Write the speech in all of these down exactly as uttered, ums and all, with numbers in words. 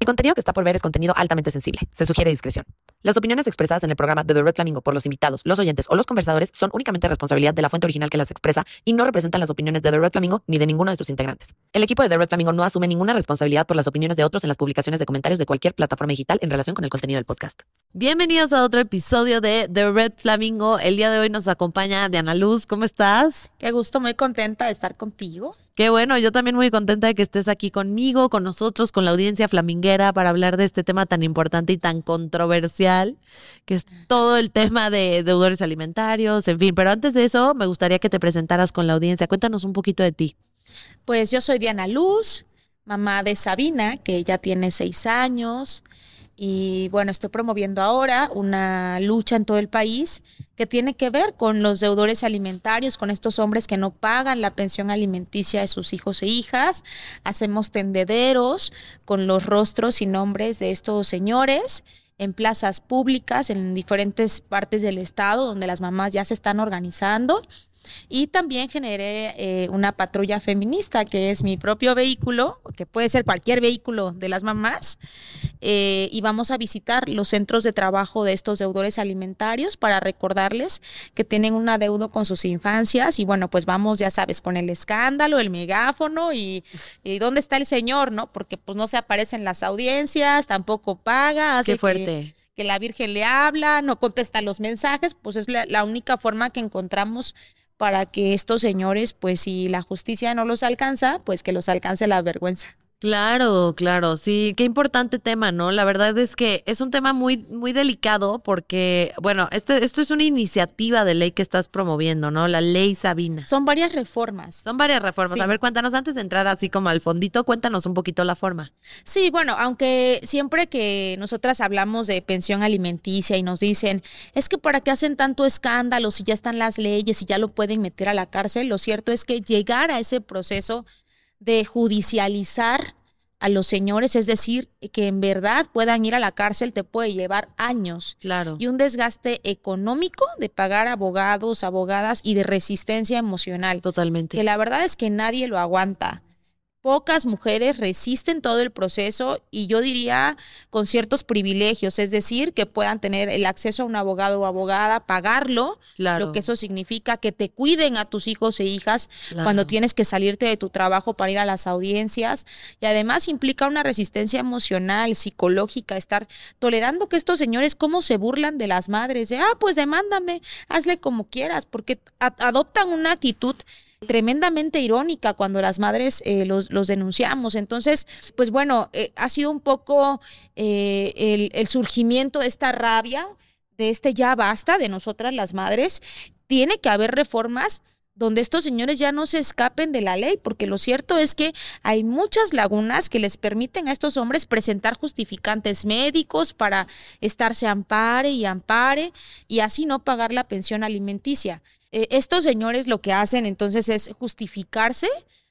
contenido que está por ver es contenido altamente sensible. Se sugiere discreción. Las opiniones expresadas en el programa de The Red Flamingo por los invitados, los oyentes o los conversadores son únicamente responsabilidad de la fuente original que las expresa y no representan las opiniones de The Red Flamingo ni de ninguno de sus integrantes. El equipo de The Red Flamingo no asume ninguna responsabilidad por las opiniones de otros en las publicaciones de comentarios de cualquier plataforma digital en relación con el contenido del podcast. Bienvenidos a otro episodio de The Red Flamingo. El día de hoy nos acompaña Diana Luz. ¿Cómo estás? Qué gusto, muy contenta de estar contigo. Qué bueno, yo también muy contenta de que estés aquí conmigo, con nosotros, con la audiencia flaminguera para hablar de este tema tan importante y tan controversial, que es todo el tema de deudores alimentarios, en fin. Pero antes de eso, me gustaría que te presentaras con la audiencia. Cuéntanos un poquito de ti. Pues yo soy Diana Luz, mamá de Sabina, que ya tiene seis años. Y bueno, estoy promoviendo ahora una lucha en todo el país que tiene que ver con los deudores alimentarios, con estos hombres que no pagan la pensión alimenticia de sus hijos e hijas. Hacemos tendederos con los rostros y nombres de estos señores en plazas públicas en diferentes partes del estado donde las mamás ya se están organizando. Y también generé eh, una patrulla feminista, que es mi propio vehículo, que puede ser cualquier vehículo de las mamás, eh, y vamos a visitar los centros de trabajo de estos deudores alimentarios para recordarles que tienen un adeudo con sus infancias. Y bueno, pues vamos, ya sabes, con el escándalo, el megáfono y, y ¿dónde está el señor? ¿No? Porque pues no se aparece en las audiencias, tampoco paga, hace Qué fuerte. Que, que la Virgen le habla, no contesta los mensajes. Pues es la, la única forma que encontramos para que estos señores, pues si la justicia no los alcanza, pues que los alcance la vergüenza. Claro, claro, sí, qué importante tema, ¿no? La verdad es que es un tema muy, muy delicado porque, bueno, este, esto es una iniciativa de ley que estás promoviendo, ¿no? La ley Sabina. Son varias reformas. Son varias reformas. Sí. A ver, cuéntanos, antes de entrar así como al fondito, cuéntanos un poquito la forma. Sí, bueno, aunque siempre que nosotras hablamos de pensión alimenticia y nos dicen, es que para qué hacen tanto escándalo si ya están las leyes y ya lo pueden meter a la cárcel, lo cierto es que llegar a ese proceso de judicializar a los señores, es decir, que en verdad puedan ir a la cárcel, te puede llevar años. Claro. Y un desgaste económico de pagar abogados, abogadas y de resistencia emocional. Totalmente. Que la verdad es que nadie lo aguanta. Pocas mujeres resisten todo el proceso y yo diría con ciertos privilegios, es decir, que puedan tener el acceso a un abogado o abogada, pagarlo, Claro. lo que eso significa, que te cuiden a tus hijos e hijas Claro. cuando tienes que salirte de tu trabajo para ir a las audiencias, y además implica una resistencia emocional, psicológica, estar tolerando que estos señores cómo se burlan de las madres, de, ah, pues demándame, hazle como quieras, porque a- adoptan una actitud tremendamente irónica cuando las madres eh, los, los denunciamos. Entonces, pues bueno, eh, ha sido un poco eh, el, el surgimiento de esta rabia, de este ya basta de nosotras las madres. Tiene que haber reformas donde estos señores ya no se escapen de la ley, porque lo cierto es que hay muchas lagunas que les permiten a estos hombres presentar justificantes médicos para estarse ampare y ampare y así no pagar la pensión alimenticia. Eh, estos señores lo que hacen entonces es justificarse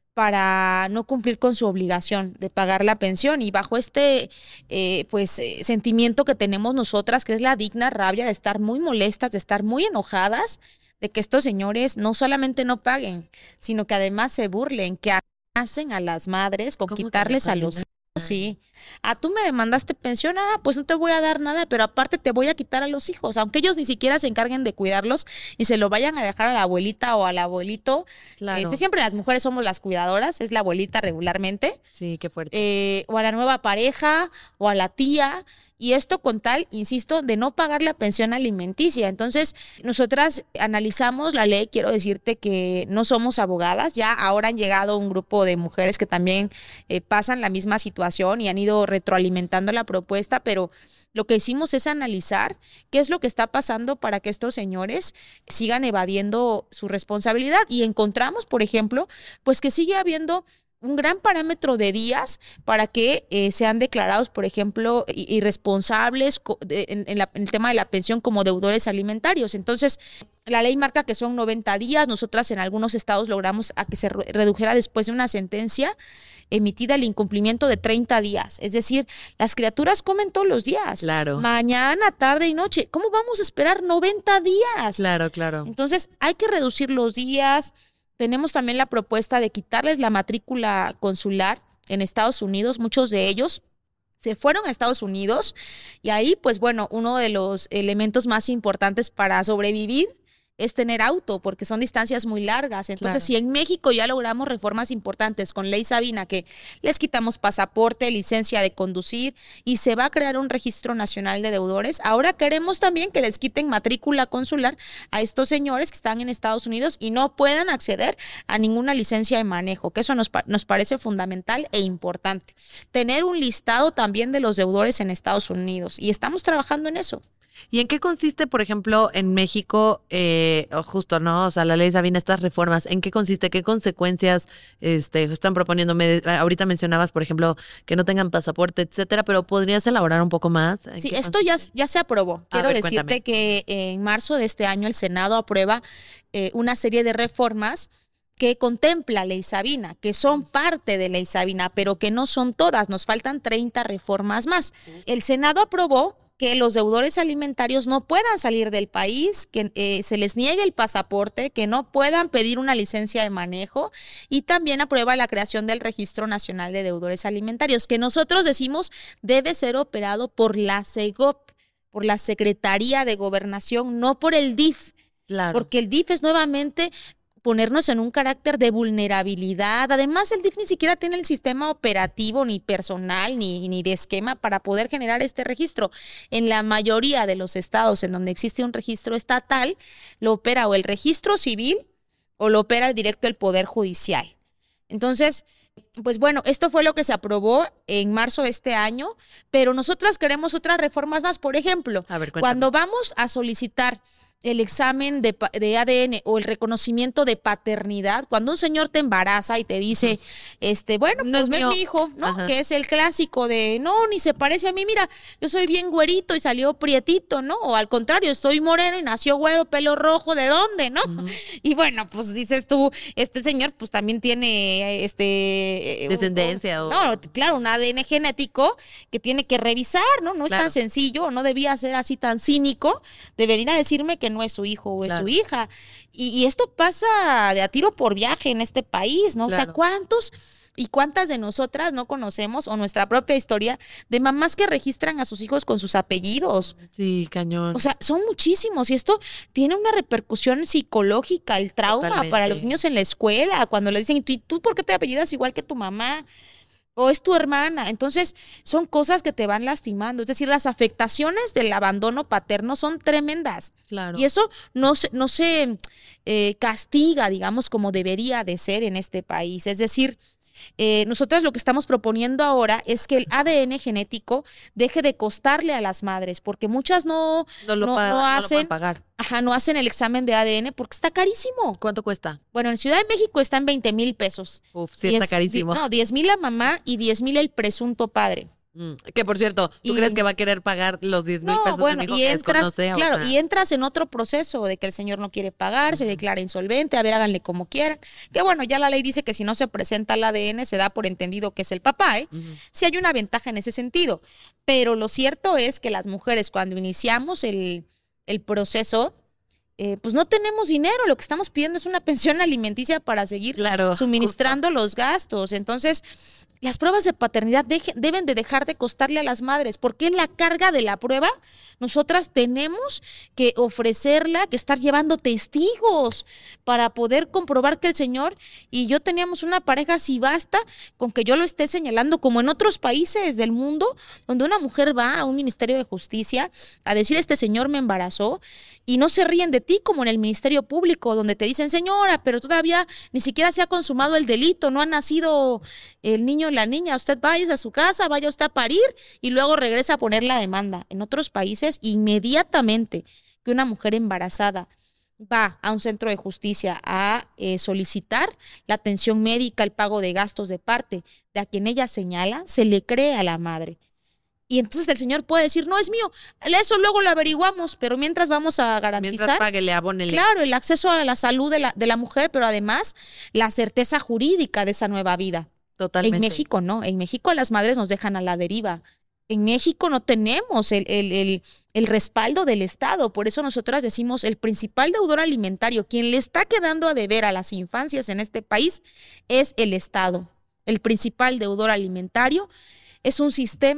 para no cumplir con su obligación de pagar la pensión, y bajo este eh, pues eh, sentimiento que tenemos nosotras, que es la digna rabia de estar muy molestas, de estar muy enojadas, de que estos señores no solamente no paguen, sino que además se burlen, que hacen a las madres con quitarles a los hijos. Sí, ah, tú me demandaste pensión, ah, pues no te voy a dar nada, pero aparte te voy a quitar a los hijos, aunque ellos ni siquiera se encarguen de cuidarlos y se lo vayan a dejar a la abuelita o al abuelito. Claro. Este, siempre las mujeres somos las cuidadoras, es la abuelita regularmente. Sí, qué fuerte. Eh, o a la nueva pareja o a la tía, y esto con tal, insisto, de no pagar la pensión alimenticia. Entonces, nosotras analizamos la ley. Quiero decirte que no somos abogadas, ya ahora han llegado un grupo de mujeres que también eh, pasan la misma situación y han ido retroalimentando la propuesta, pero lo que hicimos es analizar qué es lo que está pasando para que estos señores sigan evadiendo su responsabilidad, y encontramos, por ejemplo, pues que sigue habiendo un gran parámetro de días para que eh, sean declarados, por ejemplo, irresponsables en, en, la, en el tema de la pensión como deudores alimentarios. Entonces, la ley marca que son noventa días. Nosotras en algunos estados logramos a que se redujera después de una sentencia emitida el incumplimiento de treinta días. Es decir, las criaturas comen todos los días. Claro. Mañana, tarde y noche. ¿Cómo vamos a esperar noventa días? Claro, claro. Entonces, hay que reducir los días. Tenemos también la propuesta de quitarles la matrícula consular en Estados Unidos. Muchos de ellos Se fueron a Estados Unidos y ahí, pues bueno, uno de los elementos más importantes para sobrevivir es tener auto, porque son distancias muy largas. Entonces, claro, si en México ya logramos reformas importantes con Ley Sabina, que les quitamos pasaporte, licencia de conducir, y se va a crear un registro nacional de deudores, ahora queremos también que les quiten matrícula consular a estos señores que están en Estados Unidos y no puedan acceder a ninguna licencia de manejo, que eso nos, nos parece fundamental e importante. Tener un listado también de los deudores en Estados Unidos, y estamos trabajando en eso. ¿Y en qué consiste, por ejemplo, en México, eh, justo, ¿no? O sea, la ley Sabina, estas reformas, ¿en qué consiste? ¿Qué consecuencias este, están proponiendo? Me, ahorita mencionabas, por ejemplo, que no tengan pasaporte, etcétera, pero ¿podrías elaborar un poco más? Sí, esto ya, ya se aprobó. Quiero ver, decirte cuéntame. que en marzo de este año el Senado aprueba eh, una serie de reformas que contempla Ley Sabina, que son parte de Ley Sabina, pero que no son todas. Nos faltan treinta reformas más. El Senado aprobó que los deudores alimentarios no puedan salir del país, que eh, se les niegue el pasaporte, que no puedan pedir una licencia de manejo, y también aprueba la creación del Registro Nacional de Deudores Alimentarios, que nosotros decimos debe ser operado por la SEGOP, por la Secretaría de Gobernación, no por el D I F, Claro. porque el D I F es nuevamente ponernos en un carácter de vulnerabilidad. Además, el D I F ni siquiera tiene el sistema operativo, ni personal, ni, ni de esquema para poder generar este registro. En la mayoría de los estados en donde existe un registro estatal, lo opera o el registro civil o lo opera directo el Poder Judicial. Entonces, pues bueno, esto fue lo que se aprobó en marzo de este año, pero nosotras queremos otras reformas más. Por ejemplo, A ver, cuéntame. cuando vamos a solicitar el examen de, de A D N o el reconocimiento de paternidad, cuando un señor te embaraza y te dice, este, bueno, No pues es no es mío. mi hijo, ¿no? Ajá. Que es el clásico de, no, ni se parece a mí, mira, yo soy bien güerito y salió prietito, ¿no? O al contrario, estoy moreno y nació güero, pelo rojo, ¿de dónde, no? Ujú. Y bueno, pues dices tú, este señor pues también tiene, este... eh, Descendencia un- o- No, claro, un A D N genético que tiene que revisar, ¿no? No es Claro. tan sencillo, no debía ser así tan cínico de venir a decirme que no es su hijo o es Claro. su hija. Y, y esto pasa de a tiro por viaje en este país, ¿no? O sea, Claro. ¿cuántos y cuántas de nosotras no conocemos o nuestra propia historia de mamás que registran a sus hijos con sus apellidos? Sí, cañón. O sea, son muchísimos y esto tiene una repercusión psicológica, el trauma Totalmente. para los niños en la escuela, cuando le dicen, ¿tú, tú por qué te apellidas igual que tu mamá? O es tu hermana. Entonces, son cosas que te van lastimando. Es decir, las afectaciones del abandono paterno son tremendas. claro. Y eso no se, no se eh, castiga, digamos, como debería de ser en este país. Es decir, eh, nosotros lo que estamos proponiendo ahora es que el A D N genético deje de costarle a las madres, porque muchas no, no lo, no- pa- no no lo hacen- pueden pagar. ajá, no hacen el examen de A D N porque está carísimo. ¿Cuánto cuesta? Bueno, en Ciudad de México está en veinte mil pesos. Uf, sí, Diez- está carísimo. di- No, diez mil la mamá y diez mil el presunto padre. Mm, Que por cierto, ¿tú Y- crees que va a querer pagar los diez mil No, pesos bueno, un hijo y que entras, desconoce? O claro, sea, y entras en otro proceso de que el señor no quiere pagar, se declara insolvente, a ver, háganle como quieran. Que bueno, ya la ley dice que si no se presenta el A D N, se da por entendido que es el papá, ¿eh? ujú. Sí hay una ventaja en ese sentido. Pero lo cierto es que las mujeres, cuando iniciamos el, el proceso, eh, pues no tenemos dinero. Lo que estamos pidiendo es una pensión alimenticia para seguir Claro, suministrando los gastos. Entonces, las pruebas de paternidad deje- deben de dejar de costarle a las madres, porque en la carga de la prueba nosotras tenemos que ofrecerla, que estar llevando testigos para poder comprobar que el señor y yo teníamos una pareja. Si basta con que yo lo esté señalando, como en otros países del mundo, donde una mujer va a un ministerio de justicia a decir, este señor me embarazó, y no se ríen de ti, como en el Ministerio Público, donde te dicen, señora, pero todavía ni siquiera se ha consumado el delito, no ha nacido el niño o la niña, usted vaya a su casa, vaya usted a parir y luego regresa a poner la demanda. En otros países, inmediatamente que una mujer embarazada va a un centro de justicia a eh, solicitar la atención médica, el pago de gastos de parte de a quien ella señala, se le cree a la madre. Y entonces el señor puede decir, no es mío, eso luego lo averiguamos, pero mientras vamos a garantizar, Mientras páguele, abónele. claro, el acceso a la salud de la, de la mujer, pero además la certeza jurídica de esa nueva vida. Totalmente. En México no, en México las madres nos dejan a la deriva. En México no tenemos el, el, el, el respaldo del Estado, por eso nosotras decimos el principal deudor alimentario, quien le está quedando a deber a las infancias en este país es el Estado. El principal deudor alimentario es un sistema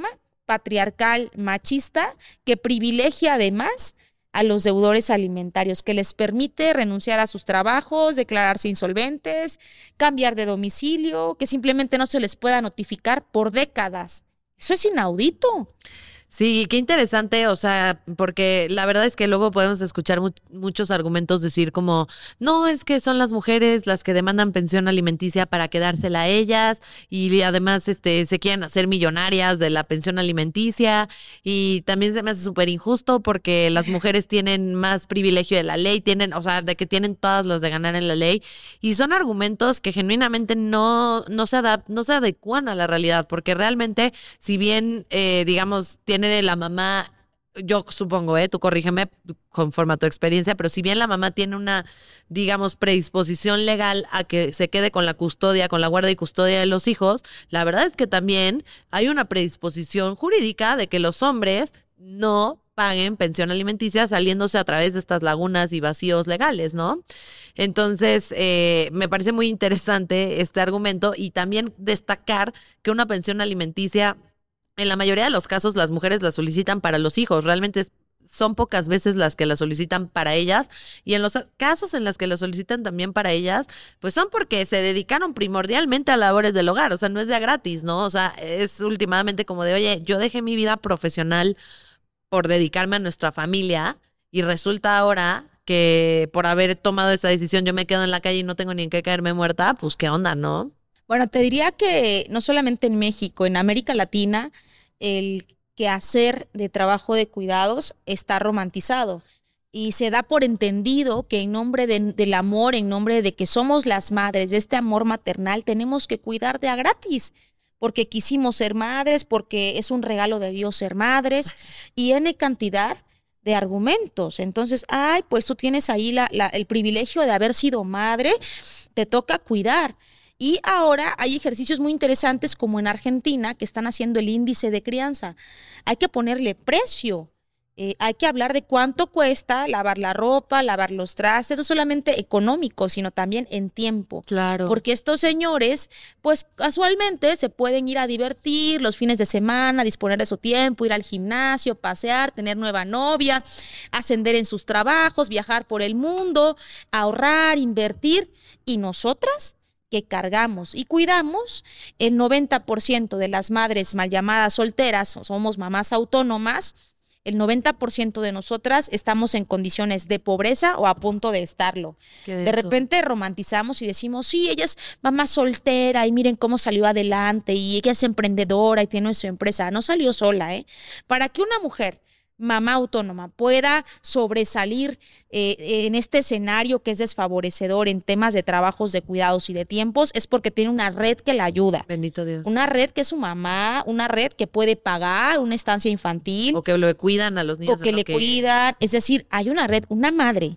patriarcal, machista, que privilegia además a los deudores alimentarios, que les permite renunciar a sus trabajos, declararse insolventes, cambiar de domicilio, que simplemente no se les pueda notificar por décadas. Eso es inaudito. Sí, qué interesante, o sea, porque la verdad es que luego podemos escuchar mu- muchos argumentos decir como, no, es que son las mujeres las que demandan pensión alimenticia para quedársela a ellas y además este, se quieren hacer millonarias de la pensión alimenticia y también se me hace súper injusto porque las mujeres tienen más privilegio de la ley, tienen, o sea, de que tienen todas las de ganar en la ley y son argumentos que genuinamente no, no, se, adap- no se adecuan a la realidad porque realmente, si bien, eh, digamos, tiene de la mamá, yo supongo, eh, tú corrígeme conforme a tu experiencia, pero si bien la mamá tiene una, digamos, predisposición legal a que se quede con la custodia, con la guarda y custodia de los hijos, la verdad es que también hay una predisposición jurídica de que los hombres no paguen pensión alimenticia saliéndose a través de estas lagunas y vacíos legales, ¿no? Entonces, eh, me parece muy interesante este argumento y también destacar que una pensión alimenticia en la mayoría de los casos las mujeres la solicitan para los hijos, realmente es, son pocas veces las que la solicitan para ellas y en los casos en los que la solicitan también para ellas, pues son porque se dedicaron primordialmente a labores del hogar, o sea, no es de a gratis, ¿no? O sea, es últimamente como de, oye, yo dejé mi vida profesional por dedicarme a nuestra familia y resulta ahora que por haber tomado esa decisión yo me quedo en la calle y no tengo ni en qué caerme muerta, pues qué onda, ¿no? Bueno, te diría que no solamente en México, en América Latina, el quehacer de trabajo de cuidados está romantizado y se da por entendido que en nombre de, del amor, en nombre de que somos las madres, de este amor maternal, tenemos que cuidar de a gratis, porque quisimos ser madres, porque es un regalo de Dios ser madres y N cantidad de argumentos. Entonces, ay, pues tú tienes ahí la, la, el privilegio de haber sido madre, te toca cuidar. Y ahora hay ejercicios muy interesantes como en Argentina que están haciendo el índice de crianza. Hay que ponerle precio. Eh, hay que hablar de cuánto cuesta lavar la ropa, lavar los trastes, no solamente económico, sino también en tiempo. Claro. Porque estos señores, pues casualmente se pueden ir a divertir los fines de semana, disponer de su tiempo, ir al gimnasio, pasear, tener nueva novia, ascender en sus trabajos, viajar por el mundo, ahorrar, invertir. ¿Y nosotras? Que cargamos y cuidamos, el noventa por ciento de las madres mal llamadas solteras, somos mamás autónomas, el noventa por ciento de nosotras estamos en condiciones de pobreza o a punto de estarlo. De repente romantizamos y decimos, sí, ella es mamá soltera y miren cómo salió adelante y ella es emprendedora y tiene su empresa. No salió sola, ¿eh? Para que una mujer mamá autónoma pueda sobresalir eh, en este escenario que es desfavorecedor en temas de trabajos, de cuidados y de tiempos, es porque tiene una red que la ayuda. Bendito Dios. Una red que es su mamá, una red que puede pagar una estancia infantil. O que le cuidan a los niños. O que le que... cuidan. Es decir, hay una red, una madre,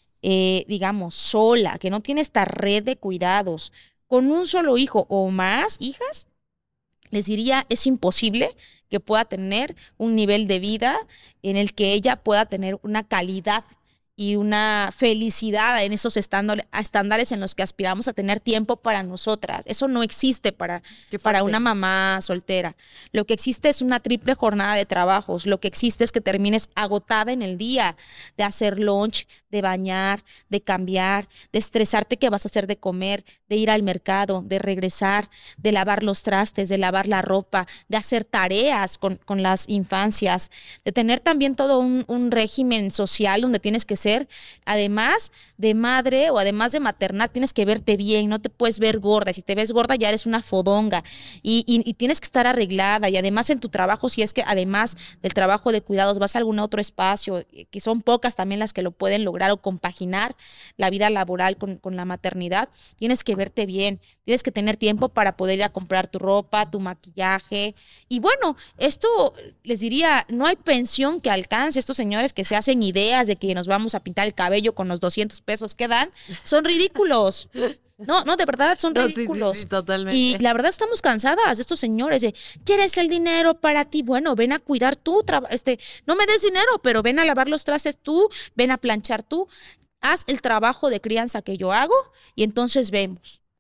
eh, digamos, sola, que no tiene esta red de cuidados, con un solo hijo o más hijas, les diría, es imposible que pueda tener un nivel de vida en el que ella pueda tener una calidad y una felicidad en esos estándares en los que aspiramos a tener tiempo para nosotras. Eso no existe para, para una mamá soltera. Lo que existe es una triple jornada de trabajos. Lo que existe es que termines agotada en el día de hacer lunch, de bañar, de cambiar, de estresarte qué vas a hacer de comer, de ir al mercado, de regresar, de lavar los trastes, de lavar la ropa, de hacer tareas con, con las infancias, de tener también todo un, un régimen social donde tienes que ser, además de madre o además de maternar, tienes que verte bien, no te puedes ver gorda. Si te ves gorda ya eres una fodonga y, y, y tienes que estar arreglada. Y además en tu trabajo, si es que además del trabajo de cuidados vas a algún otro espacio, que son pocas también las que lo pueden lograr o compaginar la vida laboral con, con la maternidad, tienes que verte bien, tienes que tener tiempo para poder ir a comprar tu ropa, tu maquillaje. Y bueno, esto les diría, no hay pensión que alcance. Estos señores que se hacen ideas de que nos vamos a pintar el cabello con los doscientos pesos que dan, son ridículos. No, no, de verdad son no, ridículos. Sí, sí, sí, totalmente. Y la verdad estamos cansadas de estos señores de, ¿quieres el dinero para ti? Bueno, ven a cuidar tú, este, no me des dinero, pero ven a lavar los trastes tú, ven a planchar tú, haz el trabajo de crianza que yo hago y entonces vemos.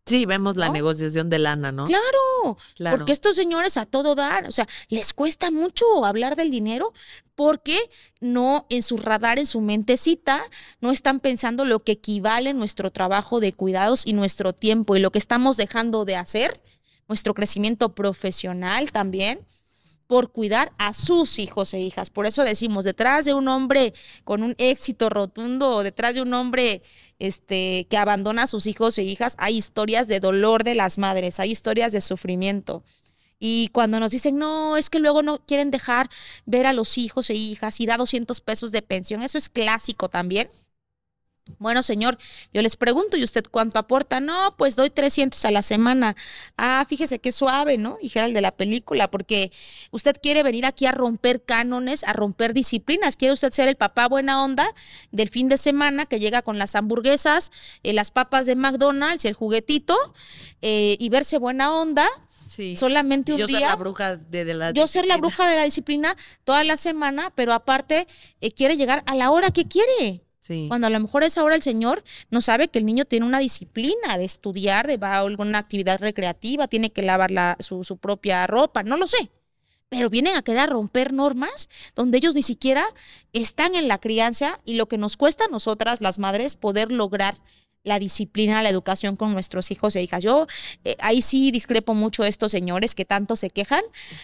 Sí, vemos la ¿no? negociación de lana, ¿no? Claro, Claro. porque estos señores a todo dan, o sea, les cuesta mucho hablar del dinero porque no en su radar, en su mentecita, no están pensando lo que equivale nuestro trabajo de cuidados y nuestro tiempo y lo que estamos dejando de hacer, nuestro crecimiento profesional también, por cuidar a sus hijos e hijas. Por eso decimos, detrás de un hombre con un éxito rotundo o detrás de un hombre este, que abandona a sus hijos e hijas, hay historias de dolor de las madres, hay historias de sufrimiento. Y cuando nos dicen, no, es que luego no quieren dejar ver a los hijos e hijas y da doscientos pesos de pensión, eso es clásico también. Bueno, señor, yo les pregunto, ¿y usted cuánto aporta? No, pues doy trescientos a la semana. Ah, fíjese qué suave, ¿no? Dijera el de la película, porque usted quiere venir aquí a romper cánones, a romper disciplinas. Quiere usted ser el papá buena onda del fin de semana que llega con las hamburguesas, eh, las papas de McDonald's, el juguetito, eh, y verse buena onda. Sí. Solamente un Yo día. ser la bruja de, de la Yo ser la disciplina. bruja de la disciplina toda la semana, pero aparte eh, quiere llegar a la hora que quiere. Sí. Cuando a lo mejor a esa hora el señor no sabe que el niño tiene una disciplina de estudiar, de va a alguna actividad recreativa, tiene que lavar la, su, su propia ropa, no lo sé. Pero vienen a querer romper normas donde ellos ni siquiera están en la crianza y lo que nos cuesta a nosotras, las madres, poder lograr la disciplina, la educación con nuestros hijos e hijas. Yo eh, ahí sí discrepo mucho de estos señores que tanto se quejan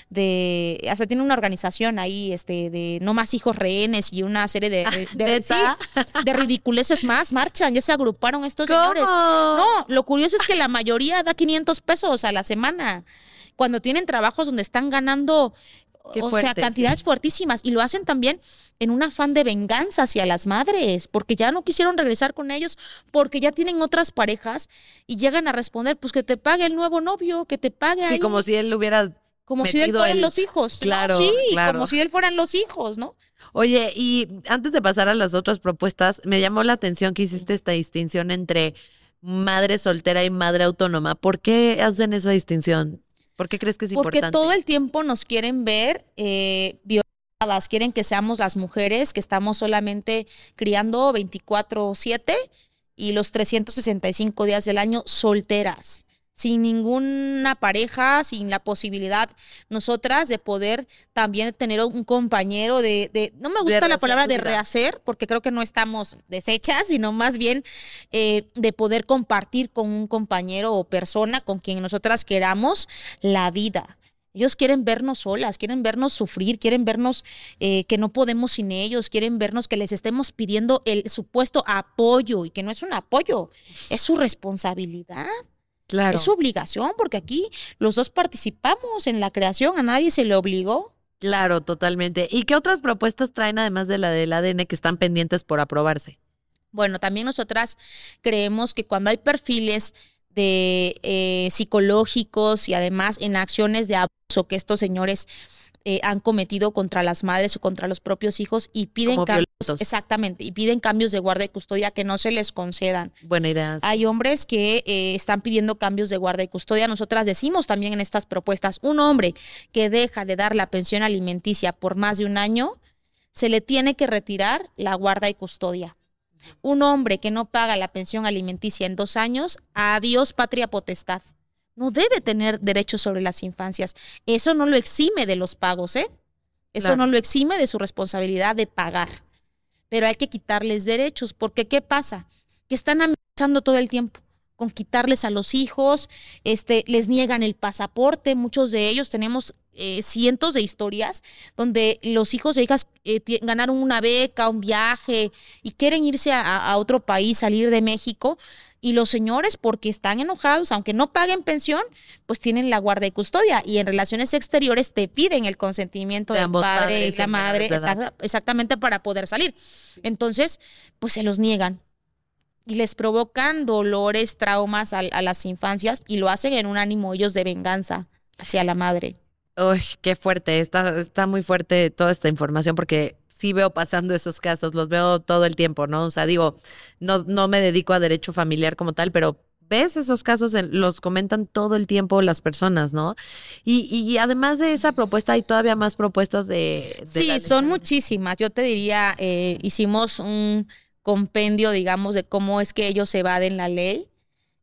de, hasta tiene una organización ahí este de no más hijos rehenes y una serie de, de, de, ¿Neta? sí, de ridiculeces más, marchan, ya se agruparon estos ¿Cómo? señores. No, lo curioso es que la mayoría da quinientos pesos a la semana, cuando tienen trabajos donde están ganando Qué o fuerte, sea, cantidades sí. fuertísimas. Y lo hacen también en un afán de venganza hacia las madres, porque ya no quisieron regresar con ellos, porque ya tienen otras parejas y llegan a responder, pues que te pague el nuevo novio, que te pague Sí, ahí. como si él hubiera Como si de él metido fueran el- los hijos. ¿no? Claro, Sí, claro. como si de él fueran los hijos, ¿no? Oye, y antes de pasar a las otras propuestas, me llamó la atención que hiciste esta distinción entre madre soltera y madre autónoma. ¿Por qué hacen esa distinción? ¿Por qué crees que es Porque importante? todo el tiempo nos quieren ver eh, violentadas, quieren que seamos las mujeres que estamos solamente criando veinticuatro siete y los trescientos sesenta y cinco días del año solteras, sin ninguna pareja, sin la posibilidad nosotras de poder también tener un compañero de, de no me gusta la rehacer palabra tu de vida. rehacer, porque creo que no estamos deshechas, sino más bien eh, de poder compartir con un compañero o persona con quien nosotras queramos la vida. Ellos quieren vernos solas, quieren vernos sufrir, quieren vernos eh, que no podemos sin ellos, quieren vernos que les estemos pidiendo el supuesto apoyo y que no es un apoyo, es su responsabilidad. Claro. Es su obligación, porque aquí los dos participamos en la creación, a nadie se le obligó. Claro, totalmente. ¿Y qué otras propuestas traen además de la del A D N que están pendientes por aprobarse? Bueno, también nosotras creemos que cuando hay perfiles de eh, psicológicos y además en acciones de abuso que estos señores eh, han cometido contra las madres o contra los propios hijos y piden Como cambios, violentos. exactamente, y piden cambios de guarda y custodia que no se les concedan. Buena idea. sí. Hay hombres que eh, están pidiendo cambios de guarda y custodia. Nosotras decimos también en estas propuestas, un hombre que deja de dar la pensión alimenticia por más de un año, se le tiene que retirar la guarda y custodia. Un hombre que no paga la pensión alimenticia en dos años, adiós patria potestad. No debe tener derechos sobre las infancias. Eso no lo exime de los pagos, ¿eh? Eso Claro. no lo exime de su responsabilidad de pagar. Pero hay que quitarles derechos, porque ¿qué pasa? Que están amenazando todo el tiempo con quitarles a los hijos, este, les niegan el pasaporte, muchos de ellos tenemos eh, cientos de historias donde los hijos e hijas eh, ti- ganaron una beca, un viaje y quieren irse a, a otro país, salir de México, y los señores, porque están enojados, aunque no paguen pensión, pues tienen la guarda y custodia, y en relaciones exteriores te piden el consentimiento De del ambos padre padres y la en madre, menores de edad. exacta- exactamente para poder salir. Entonces, pues se los niegan y les provocan dolores, traumas a, a las infancias y lo hacen en un ánimo ellos de venganza hacia la madre. Uy, qué fuerte. Está, está muy fuerte toda esta información porque sí veo pasando esos casos, los veo todo el tiempo, ¿no? O sea, digo, no, no me dedico a derecho familiar como tal, pero ves esos casos, en- los comentan todo el tiempo las personas, ¿no? Y, y, y además de esa propuesta hay todavía más propuestas de... de Sí, la son legislación. muchísimas. Yo te diría, eh, hicimos un compendio, digamos, de cómo es que ellos evaden la ley.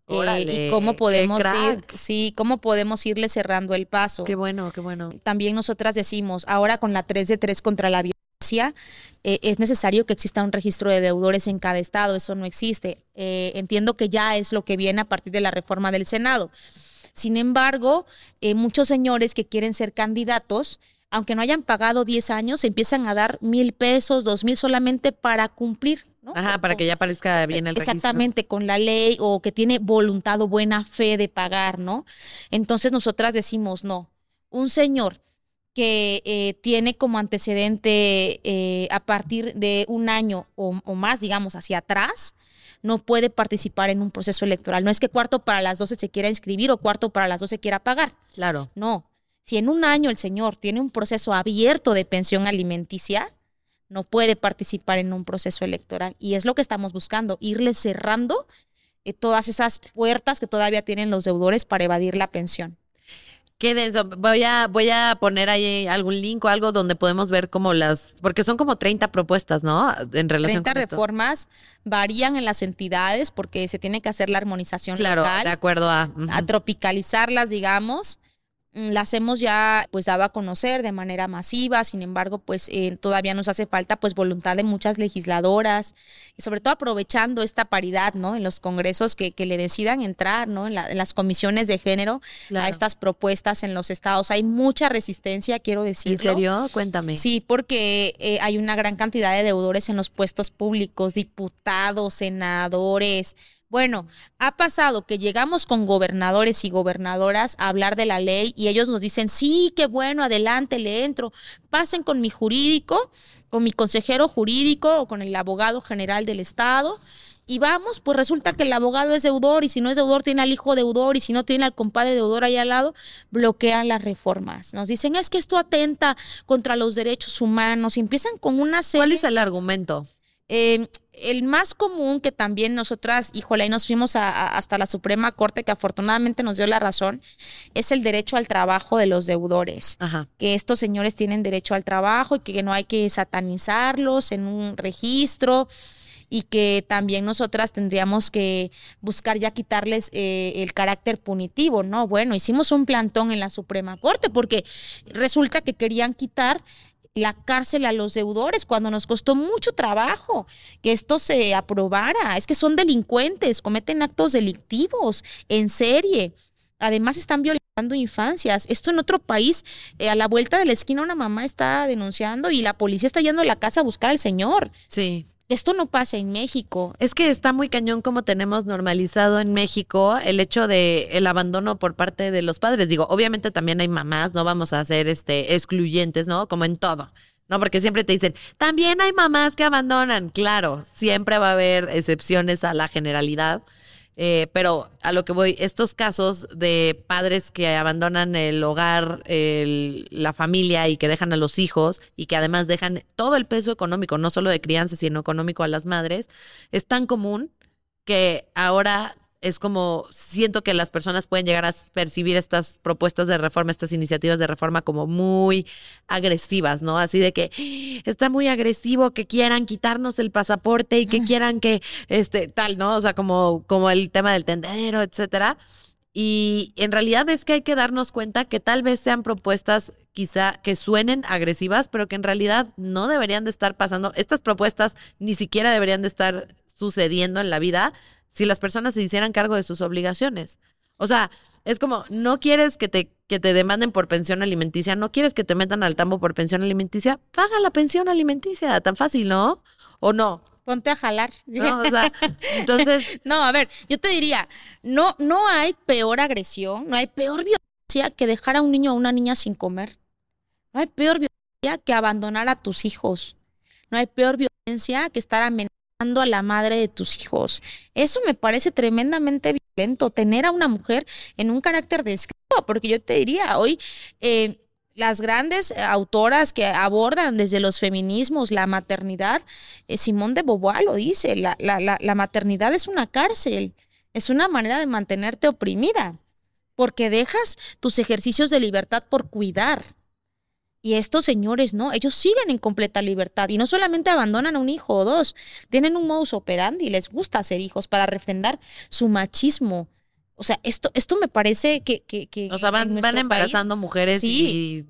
eh, Órale, y cómo qué podemos ir, crack. sí, cómo podemos irle cerrando el paso. Qué bueno, qué bueno. También nosotras decimos, ahora con la tres de tres contra la violencia, eh, es necesario que exista un registro de deudores en cada estado, eso no existe. Eh, entiendo que ya es lo que viene a partir de la reforma del Senado. Sin embargo, eh, muchos señores que quieren ser candidatos, aunque no hayan pagado diez años, empiezan a dar mil pesos, dos mil solamente para cumplir, ¿no? Ajá, O- para que ya aparezca bien el registro. Exactamente, con la ley o que tiene voluntad o buena fe de pagar, ¿no? Entonces nosotras decimos, no, un señor que eh, tiene como antecedente eh, a partir de un año o, o más, digamos, hacia atrás, no puede participar en un proceso electoral. No es que cuarto para las doce se quiera inscribir o cuarto para las doce quiera pagar. Claro. No. Si en un año el señor tiene un proceso abierto de pensión alimenticia, no puede participar en un proceso electoral. Y es lo que estamos buscando, irle cerrando eh, todas esas puertas que todavía tienen los deudores para evadir la pensión. Qué denso. Voy a, voy a poner ahí algún link o algo donde podemos ver como las, porque son como treinta propuestas, ¿no? En relación treinta con esto. reformas varían en las entidades porque se tiene que hacer la armonización Claro, local, de acuerdo a... ujú. a tropicalizarlas, digamos. Mm, Las hemos ya pues dado a conocer de manera masiva, sin embargo, pues eh, todavía nos hace falta pues voluntad de muchas legisladoras y sobre todo aprovechando esta paridad, ¿no? En los congresos que, que le decidan entrar, ¿no? En, la- en las comisiones de género Claro. a estas propuestas en los estados. Hay mucha resistencia, quiero decirlo. ¿En serio? Cuéntame. Sí, porque eh, hay una gran cantidad de deudores en los puestos públicos, diputados, senadores. Bueno, ha pasado que llegamos con gobernadores y gobernadoras a hablar de la ley y ellos nos dicen, sí, qué bueno, adelante, le entro. Pasen con mi jurídico, con mi consejero jurídico o con el abogado general del estado. Y vamos, pues resulta que el abogado es deudor y si no es deudor tiene al hijo deudor y si no tiene al compadre deudor ahí al lado, bloquean las reformas. Nos dicen, es que esto atenta contra los derechos humanos y empiezan con una serie... ¿Cuál es el argumento? Eh, el más común que también nosotras, híjole, ahí nos fuimos a, a, hasta la Suprema Corte, que afortunadamente nos dio la razón, es el derecho al trabajo de los deudores. Ajá. Que estos señores tienen derecho al trabajo y que no hay que satanizarlos en un registro y que también nosotras tendríamos que buscar ya quitarles eh, el carácter punitivo, ¿no? Bueno, hicimos un plantón en la Suprema Corte porque resulta que querían quitar la cárcel a los deudores cuando nos costó mucho trabajo que esto se aprobara. Es que son delincuentes, cometen actos delictivos en serie. Además están violando infancias. Esto en otro país, eh, a la vuelta de la esquina una mamá está denunciando y la policía está yendo a la casa a buscar al señor. Sí. Esto no pasa en México. Es que está muy cañón como tenemos normalizado en México el hecho de el abandono por parte de los padres. Digo, obviamente también hay mamás, no vamos a ser este excluyentes, ¿no? Como en todo. No, porque siempre te dicen, también hay mamás que abandonan. Claro, siempre va a haber excepciones a la generalidad. Eh, pero a lo que voy, estos casos de padres que abandonan el hogar, el- la familia y que dejan a los hijos y que además dejan todo el peso económico, no solo de crianza, sino económico a las madres, es tan común que ahora es como, siento que las personas pueden llegar a percibir estas propuestas de reforma, estas iniciativas de reforma como muy agresivas, ¿no? Así de que "Ah, está muy agresivo que quieran quitarnos el pasaporte y que quieran que, este, tal, ¿no? O sea, como, como el tema del tendedero, etcétera. Y en realidad es que hay que darnos cuenta que tal vez sean propuestas quizá que suenen agresivas, pero que en realidad no deberían de estar pasando. Estas propuestas ni siquiera deberían de estar sucediendo en la vida si las personas se hicieran cargo de sus obligaciones. O sea, es como, no quieres que te, que te demanden por pensión alimenticia, no quieres que te metan al tambo por pensión alimenticia, paga la pensión alimenticia, tan fácil, ¿no? ¿O no? Ponte a jalar. No, o sea, entonces, No, a ver, yo te diría, no, no hay peor agresión, no hay peor violencia que dejar a un niño o a una niña sin comer. No hay peor violencia que abandonar a tus hijos. No hay peor violencia que estar amenazando a la madre de tus hijos. Eso me parece tremendamente violento, tener a una mujer en un carácter de esclava, porque yo te diría, hoy eh, las grandes autoras que abordan desde los feminismos la maternidad, eh, Simone de Beauvoir lo dice, la, la, la, la maternidad es una cárcel, es una manera de mantenerte oprimida, porque dejas tus ejercicios de libertad por cuidar. Y estos señores, no, ellos siguen en completa libertad y no solamente abandonan a un hijo o dos, tienen un modus operandi, les gusta hacer hijos para refrendar su machismo O sea, esto, esto me parece que, que, que O sea, van, en van nuestro embarazando país, mujeres sí,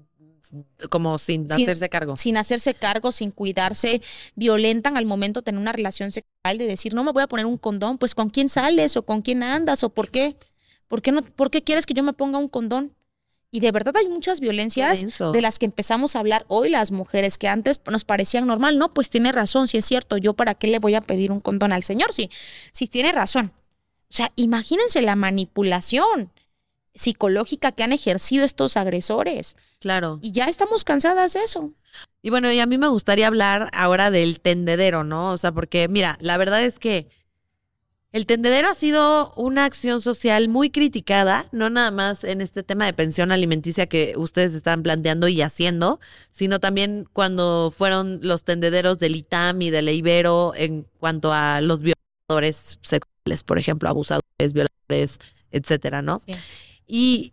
y como sin, Sin- hacerse cargo. sin hacerse cargo, sin cuidarse, violentan al momento de tener una relación sexual, de decir, no me voy a poner un condón, pues ¿con quién sales o con quién andas o por qué? ¿Por qué no, por qué quieres que yo me ponga un condón? Y de verdad hay muchas violencias Qué denso. de las que empezamos a hablar hoy las mujeres, que antes nos parecían normal. No, pues tiene razón, si es cierto, yo para qué le voy a pedir un condón al señor, si, si tiene razón. O sea, imagínense la manipulación psicológica que han ejercido estos agresores. Claro. Y ya estamos cansadas de eso. Y bueno, y a mí me gustaría hablar ahora del tendedero, ¿no? O sea, porque mira, la verdad es que el tendedero ha sido una acción social muy criticada, no nada más en este tema de pensión alimenticia que ustedes están planteando y haciendo, sino también cuando fueron los tendederos del I T A M y del Ibero en cuanto a los violadores sexuales, por ejemplo, abusadores, violadores, etcétera, ¿no? Sí. Y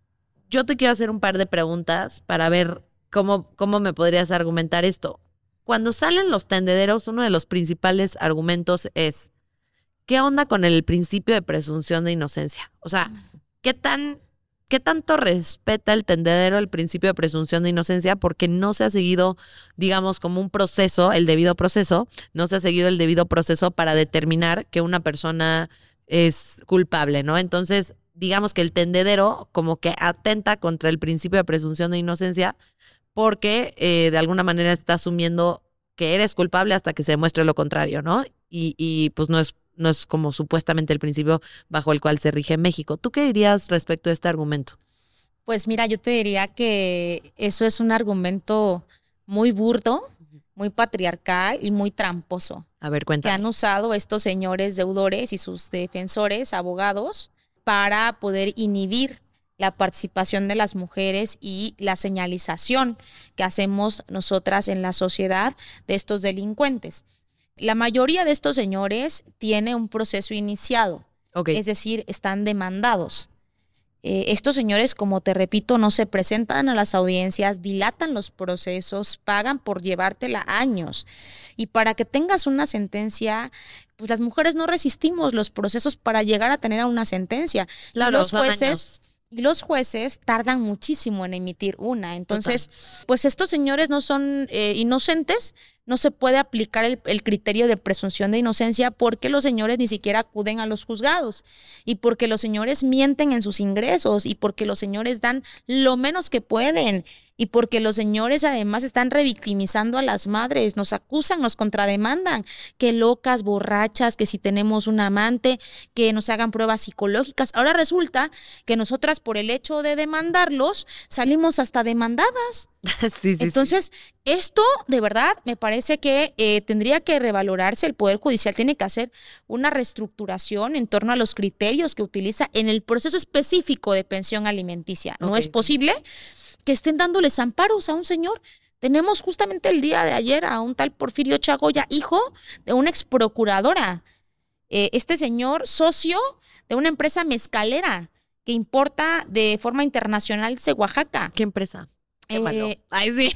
yo te quiero hacer un par de preguntas para ver cómo, cómo me podrías argumentar esto. Cuando salen los tendederos, uno de los principales argumentos es, ¿qué onda con el principio de presunción de inocencia? O sea, ¿qué tan, qué tanto respeta el tendedero el principio de presunción de inocencia? Porque no se ha seguido, digamos, como un proceso, el debido proceso, no se ha seguido el debido proceso para determinar que una persona es culpable, ¿no? Entonces, digamos que el tendedero como que atenta contra el principio de presunción de inocencia porque eh, de alguna manera está asumiendo que eres culpable hasta que se demuestre lo contrario, ¿no? Y, y pues no es, no es como supuestamente el principio bajo el cual se rige México. ¿Tú qué dirías respecto a este argumento? Pues mira, yo te diría que eso es un argumento muy burdo, muy patriarcal y muy tramposo, A ver, que cuéntame. han usado estos señores deudores y sus defensores, abogados, para poder inhibir la participación de las mujeres y la señalización que hacemos nosotras en la sociedad de estos delincuentes. La mayoría de estos señores tiene un proceso iniciado, Ok. es decir, están demandados. Eh, estos señores, como te repito, no se presentan a las audiencias, dilatan los procesos, pagan por llevártela años. Y para que tengas una sentencia, pues las mujeres no resistimos los procesos para llegar a tener a una sentencia. Claro, y los son jueces... años. Y los jueces tardan muchísimo en emitir una. Entonces, pues estos señores no son eh, inocentes, no se puede aplicar el, el criterio de presunción de inocencia porque los señores ni siquiera acuden a los juzgados y porque los señores mienten en sus ingresos y porque los señores dan lo menos que pueden y porque los señores además están revictimizando a las madres, nos acusan, nos contrademandan, que locas, borrachas, que si tenemos un amante, que nos hagan pruebas psicológicas. Ahora resulta que nosotras por el hecho de demandarlos salimos hasta demandadas. sí, sí, Entonces, esto de verdad me parece que eh, tendría que revalorarse. El Poder Judicial tiene que hacer una reestructuración en torno a los criterios que utiliza en el proceso específico de pensión alimenticia. No Ok. es posible que estén dándoles amparos a un señor. Tenemos justamente el día de ayer a un tal Porfirio Chagoya, hijo de una ex procuradora. Eh, este señor, socio de una empresa mezcalera que importa de forma internacional de Oaxaca. ¿Qué empresa? Qué Eh, malo. Ay, sí.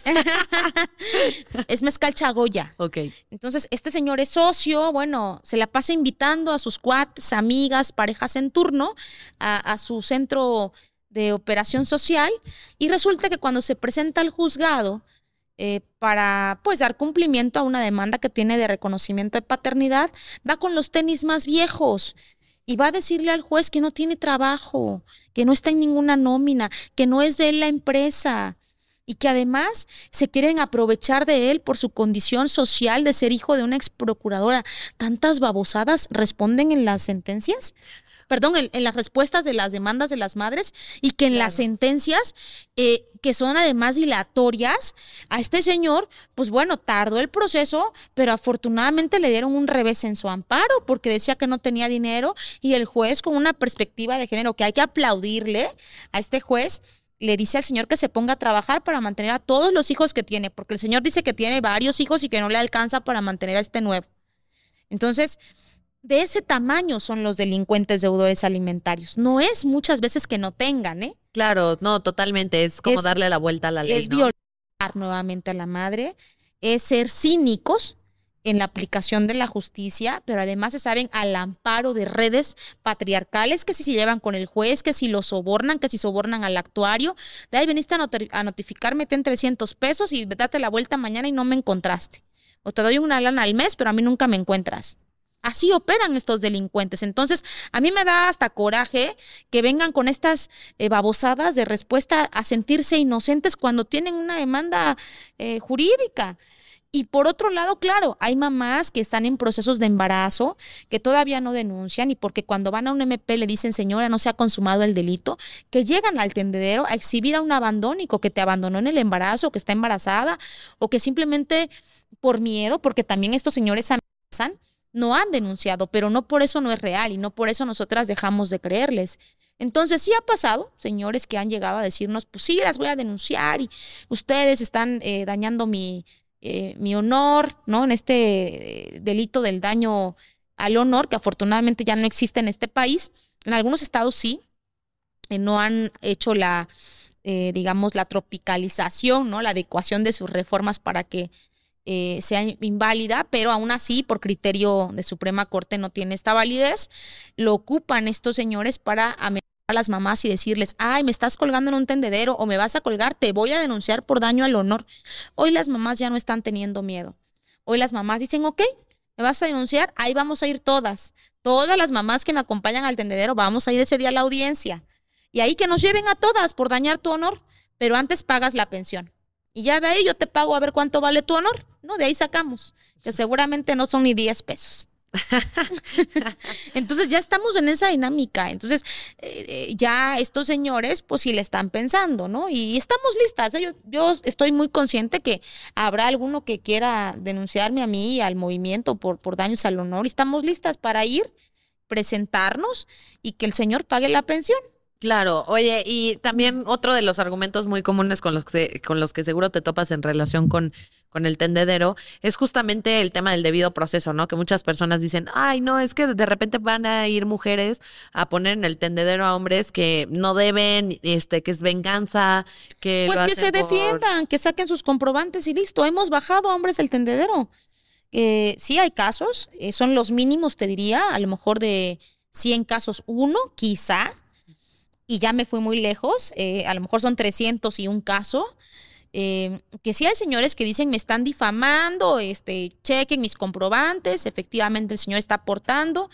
Es Mezcal Chagoya. Ok. Entonces, este señor es socio, bueno, se la pasa invitando a sus cuates, amigas, parejas en turno a, a su centro de operación social y resulta que cuando se presenta al juzgado eh, para pues dar cumplimiento a una demanda que tiene de reconocimiento de paternidad, va con los tenis más viejos y va a decirle al juez que no tiene trabajo, que no está en ninguna nómina, que no es de él la empresa y que además se quieren aprovechar de él por su condición social de ser hijo de una ex procuradora. ¿Tantas babosadas responden en las sentencias? Perdón, en, en las respuestas de las demandas de las madres y que en Claro. las sentencias, eh, que son además dilatorias, a este señor, pues bueno, tardó el proceso, pero afortunadamente le dieron un revés en su amparo porque decía que no tenía dinero y el juez con una perspectiva de género que hay que aplaudirle a este juez, le dice al señor que se ponga a trabajar para mantener a todos los hijos que tiene, porque el señor dice que tiene varios hijos y que no le alcanza para mantener a este nuevo. Entonces, de ese tamaño son los delincuentes deudores alimentarios. No es muchas veces que no tengan, ¿eh? Claro, no, totalmente. Es como Es- darle la vuelta a la ley, Es ¿no? violar nuevamente a la madre, es ser cínicos en la aplicación de la justicia, pero además se saben al amparo de redes patriarcales, que si se llevan con el juez, que si lo sobornan, que si sobornan al actuario. De ahí veniste a, not- a notificarme, ten trescientos pesos y date la vuelta mañana y no me encontraste. O te doy una lana al mes, pero a mí nunca me encuentras. Así operan estos delincuentes. Entonces, a mí me da hasta coraje que vengan con estas eh, babosadas de respuesta a sentirse inocentes cuando tienen una demanda eh, jurídica. Y por otro lado, claro, hay mamás que están en procesos de embarazo, que todavía no denuncian y porque cuando van a un M P le dicen, señora, no se ha consumado el delito, que llegan al tendedero a exhibir a un abandónico que te abandonó en el embarazo, que está embarazada, o que simplemente por miedo, porque también estos señores amenazan, no han denunciado, pero no por eso no es real y no por eso nosotras dejamos de creerles. Entonces sí ha pasado, señores que han llegado a decirnos, pues sí, las voy a denunciar y ustedes están eh, dañando mi... Eh, mi honor, ¿no? En este eh, delito del daño al honor, que afortunadamente ya no existe en este país. En algunos estados sí, eh, no han hecho la, eh, digamos, la tropicalización, ¿no? La adecuación de sus reformas para que eh, sea inválida, pero aún así, por criterio de Suprema Corte, no tiene esta validez. Lo ocupan estos señores para amenazar a las mamás y decirles, ay, me estás colgando en un tendedero o me vas a colgar, te voy a denunciar por daño al honor. Hoy las mamás ya no están teniendo miedo. Hoy las mamás dicen, ok, me vas a denunciar, ahí vamos a ir todas. Todas las mamás que me acompañan al tendedero, vamos a ir ese día a la audiencia. Y ahí que nos lleven a todas por dañar tu honor, pero antes pagas la pensión. Y ya de ahí yo te pago a ver cuánto vale tu honor, ¿no? De ahí sacamos, que seguramente no son ni diez pesos. Entonces ya estamos en esa dinámica. Entonces eh, ya estos señores pues sí le están pensando, ¿no? Y estamos listas, ¿eh? yo, yo estoy muy consciente que habrá alguno que quiera denunciarme a mí y al movimiento por, por daños al honor, y estamos listas para ir, presentarnos y que el señor pague la pensión. Claro, oye, y también otro de los argumentos muy comunes con los que, con los que seguro te topas en relación con, con el tendedero es justamente el tema del debido proceso, ¿no? Que muchas personas dicen, ay, no, es que de repente van a ir mujeres a poner en el tendedero a hombres que no deben, este, que es venganza, que Pues lo que hacen se por- defiendan, que saquen sus comprobantes y listo. Hemos bajado a hombres el tendedero. Eh, sí hay casos, eh, son los mínimos, te diría, a lo mejor de cien casos, uno, quizá. Y ya me fui muy lejos, eh, a lo mejor son trescientos y un caso, eh, que sí hay señores que dicen me están difamando, este, chequen mis comprobantes, efectivamente el señor está aportando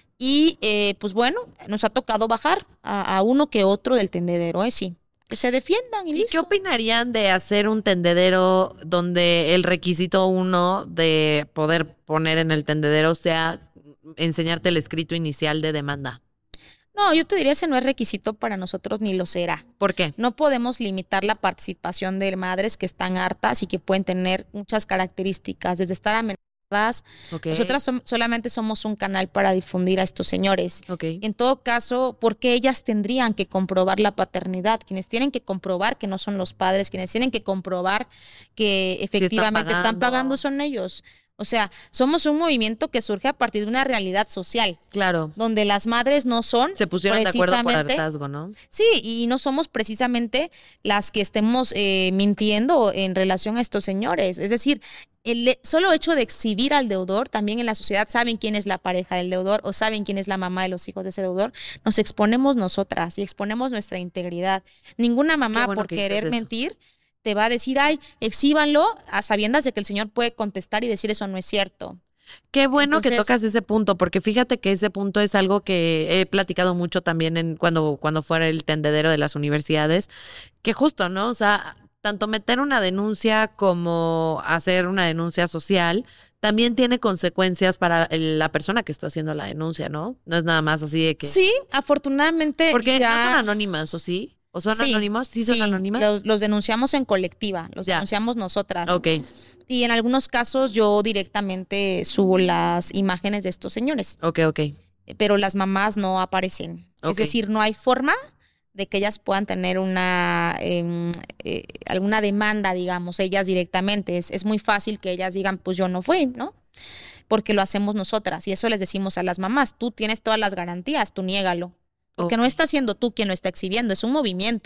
y eh, pues bueno, nos ha tocado bajar a, a uno que otro del tendedero, eh, sí, que se defiendan y ¿Y listo. qué opinarían de hacer un tendedero donde el requisito uno de poder poner en el tendedero sea enseñarte el escrito inicial de demanda? No, yo te diría ese no es requisito para nosotros ni lo será. ¿Por qué? No podemos limitar la participación de madres que están hartas y que pueden tener muchas características, desde estar amenazadas. Okay. Nosotras som- solamente somos un canal para difundir a estos señores. Okay. En todo caso, ¿por qué ellas tendrían que comprobar la paternidad? Quienes tienen que comprobar que no son los padres, quienes tienen que comprobar que efectivamente están pagando. pagando son ellos. O sea, somos un movimiento que surge a partir de una realidad social, Claro. donde las madres no son Se pusieron de acuerdo por precisamente- hartazgo, ¿no? Sí, y no somos precisamente las que estemos eh, mintiendo en relación a estos señores. Es decir, el he- solo hecho de exhibir al deudor, también en la sociedad saben quién es la pareja del deudor o saben quién es la mamá de los hijos de ese deudor, nos exponemos nosotras y exponemos nuestra integridad. Ninguna mamá Qué bueno por que dices querer eso. mentir te va a decir, ay, exhíbanlo a sabiendas de que el señor puede contestar y decir eso no es cierto. Qué bueno que Entonces- tocas ese punto, porque fíjate que ese punto es algo que he platicado mucho también en cuando, cuando fuera el tendedero de las universidades, que justo, ¿no? O sea, tanto meter una denuncia como hacer una denuncia social también tiene consecuencias para el- la persona que está haciendo la denuncia, ¿no? No es nada más así de que... Sí, afortunadamente Porque ya... no son anónimas, ¿o sí? ¿O son Sí, anónimos? ¿Sí son anónimas? Los, los denunciamos en colectiva, los Ya. denunciamos nosotras. Ok, Y en algunos casos yo directamente subo las imágenes de estos señores, ok, ok. pero las mamás no aparecen. Ok. Es decir, no hay forma de que ellas puedan tener una em, eh, alguna demanda, digamos, ellas directamente. Es, es muy fácil que ellas digan, pues yo no fui, ¿no? Porque lo hacemos nosotras. Y eso les decimos a las mamás, tú tienes todas las garantías, tú niégalo. Porque Ok. no está siendo tú quien lo está exhibiendo, es un movimiento.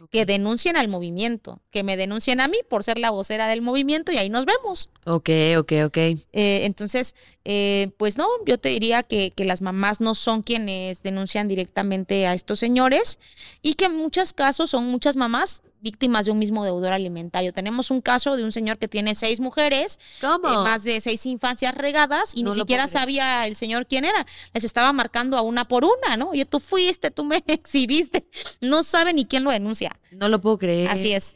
que denuncien al movimiento, que me denuncien a mí por ser la vocera del movimiento y ahí nos vemos. Ok, ok, ok. Eh, entonces, eh, pues no, yo te diría que, que las mamás no son quienes denuncian directamente a estos señores y que en muchos casos son muchas mamás víctimas de un mismo deudor alimentario. Tenemos un caso de un señor que tiene seis mujeres, ¿Cómo? eh, más de seis infancias regadas y No ni lo siquiera puedo creer. sabía el señor quién era. Les estaba marcando a una por una, ¿no? Oye, tú fuiste, tú me exhibiste. No sabe ni quién lo denuncia. No lo puedo creer. Así es.